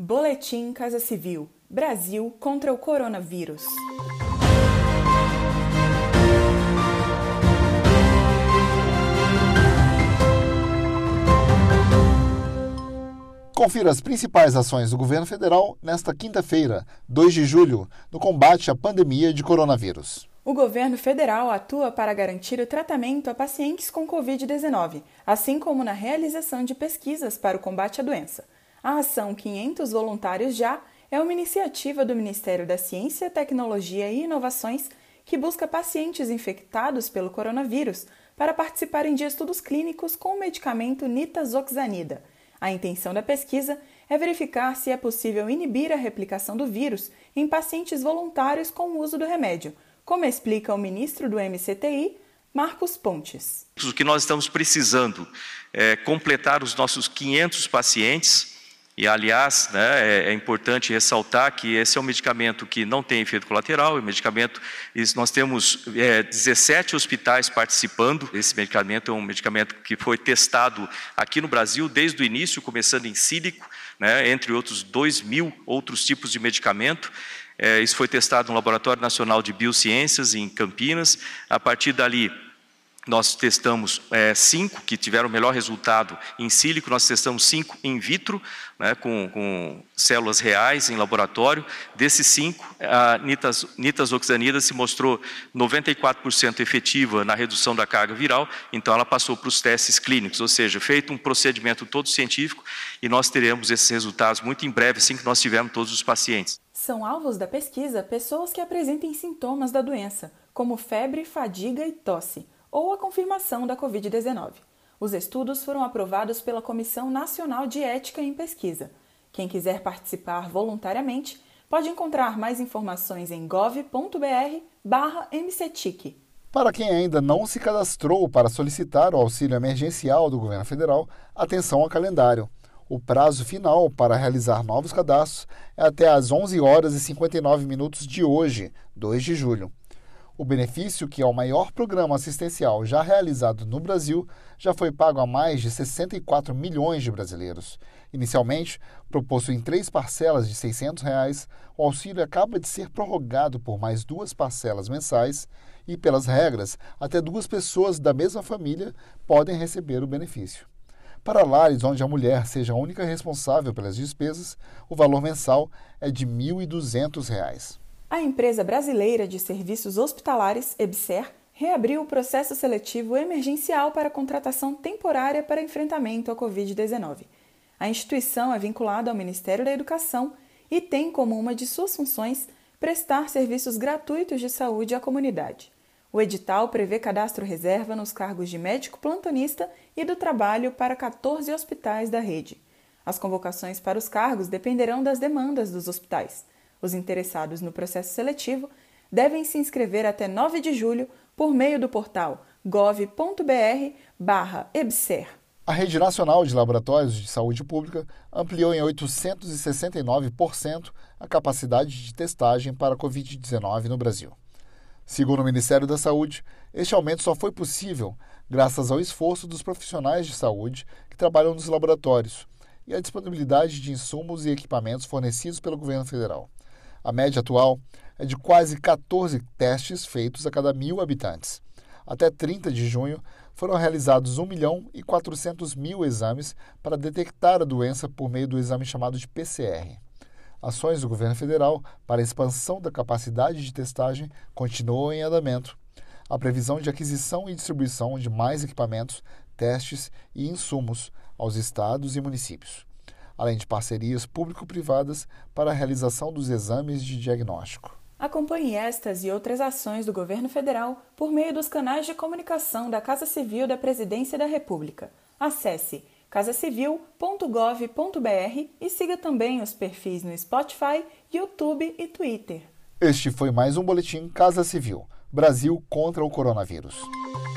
Boletim Casa Civil: Brasil contra o coronavírus. Confira as principais ações do governo federal nesta quinta-feira, 2 de julho, no combate à pandemia de coronavírus. O governo federal atua para garantir o tratamento a pacientes com Covid-19, assim como na realização de pesquisas para o combate à doença. A ação 500 Voluntários Já é uma iniciativa do Ministério da Ciência, Tecnologia e Inovações que busca pacientes infectados pelo coronavírus para participarem de estudos clínicos com o medicamento nitazoxanida. A intenção da pesquisa é verificar se é possível inibir a replicação do vírus em pacientes voluntários com o uso do remédio, como explica o ministro do MCTI, Marcos Pontes. O que nós estamos precisando é completar os nossos 500 pacientes. E, aliás, é importante ressaltar que esse é um medicamento que não tem efeito colateral, nós temos 17 hospitais participando. Esse medicamento é um medicamento que foi testado aqui no Brasil desde o início, começando em sílico, entre outros 2.000 outros tipos de medicamento. Isso foi testado no Laboratório Nacional de Biociências, em Campinas. A partir dali, nós testamos 5 que tiveram o melhor resultado em sílico, nós testamos 5 in vitro, com células reais em laboratório. Desses 5, a nitazoxanida se mostrou 94% efetiva na redução da carga viral, então ela passou para os testes clínicos, ou seja, feito um procedimento todo científico, e nós teremos esses resultados muito em breve, assim que nós tivermos todos os pacientes. São alvos da pesquisa pessoas que apresentem sintomas da doença, como febre, fadiga e tosse, ou a confirmação da Covid-19. Os estudos foram aprovados pela Comissão Nacional de Ética em Pesquisa. Quem quiser participar voluntariamente pode encontrar mais informações em gov.br/mctic. Para quem ainda não se cadastrou para solicitar o auxílio emergencial do governo federal, atenção ao calendário. O prazo final para realizar novos cadastros é até às 11h59 de hoje, 2 de julho. O benefício, que é o maior programa assistencial já realizado no Brasil, já foi pago a mais de 64 milhões de brasileiros. Inicialmente, proposto em 3 parcelas de R$ 600, o auxílio acaba de ser prorrogado por mais 2 parcelas mensais e, pelas regras, até 2 pessoas da mesma família podem receber o benefício. Para lares onde a mulher seja a única responsável pelas despesas, o valor mensal é de R$ 1.200. A empresa brasileira de serviços hospitalares, EBSER, reabriu o processo seletivo emergencial para contratação temporária para enfrentamento à Covid-19. A instituição é vinculada ao Ministério da Educação e tem como uma de suas funções prestar serviços gratuitos de saúde à comunidade. O edital prevê cadastro reserva nos cargos de médico plantonista e do trabalho para 14 hospitais da rede. As convocações para os cargos dependerão das demandas dos hospitais. Os interessados no processo seletivo devem se inscrever até 9 de julho por meio do portal gov.br/EBSER. A Rede Nacional de Laboratórios de Saúde Pública ampliou em 869% a capacidade de testagem para a Covid-19 no Brasil. Segundo o Ministério da Saúde, este aumento só foi possível graças ao esforço dos profissionais de saúde que trabalham nos laboratórios e à disponibilidade de insumos e equipamentos fornecidos pelo governo federal. A média atual é de quase 14 testes feitos a cada 1.000 habitantes. Até 30 de junho, foram realizados 1.400.000 exames para detectar a doença por meio do exame chamado de PCR. Ações do governo federal para a expansão da capacidade de testagem continuam em andamento. A previsão de aquisição e distribuição de mais equipamentos, testes e insumos aos estados e municípios, além de parcerias público-privadas para a realização dos exames de diagnóstico. Acompanhe estas e outras ações do governo federal por meio dos canais de comunicação da Casa Civil da Presidência da República. Acesse casacivil.gov.br e siga também os perfis no Spotify, YouTube e Twitter. Este foi mais um Boletim Casa Civil: Brasil contra o coronavírus.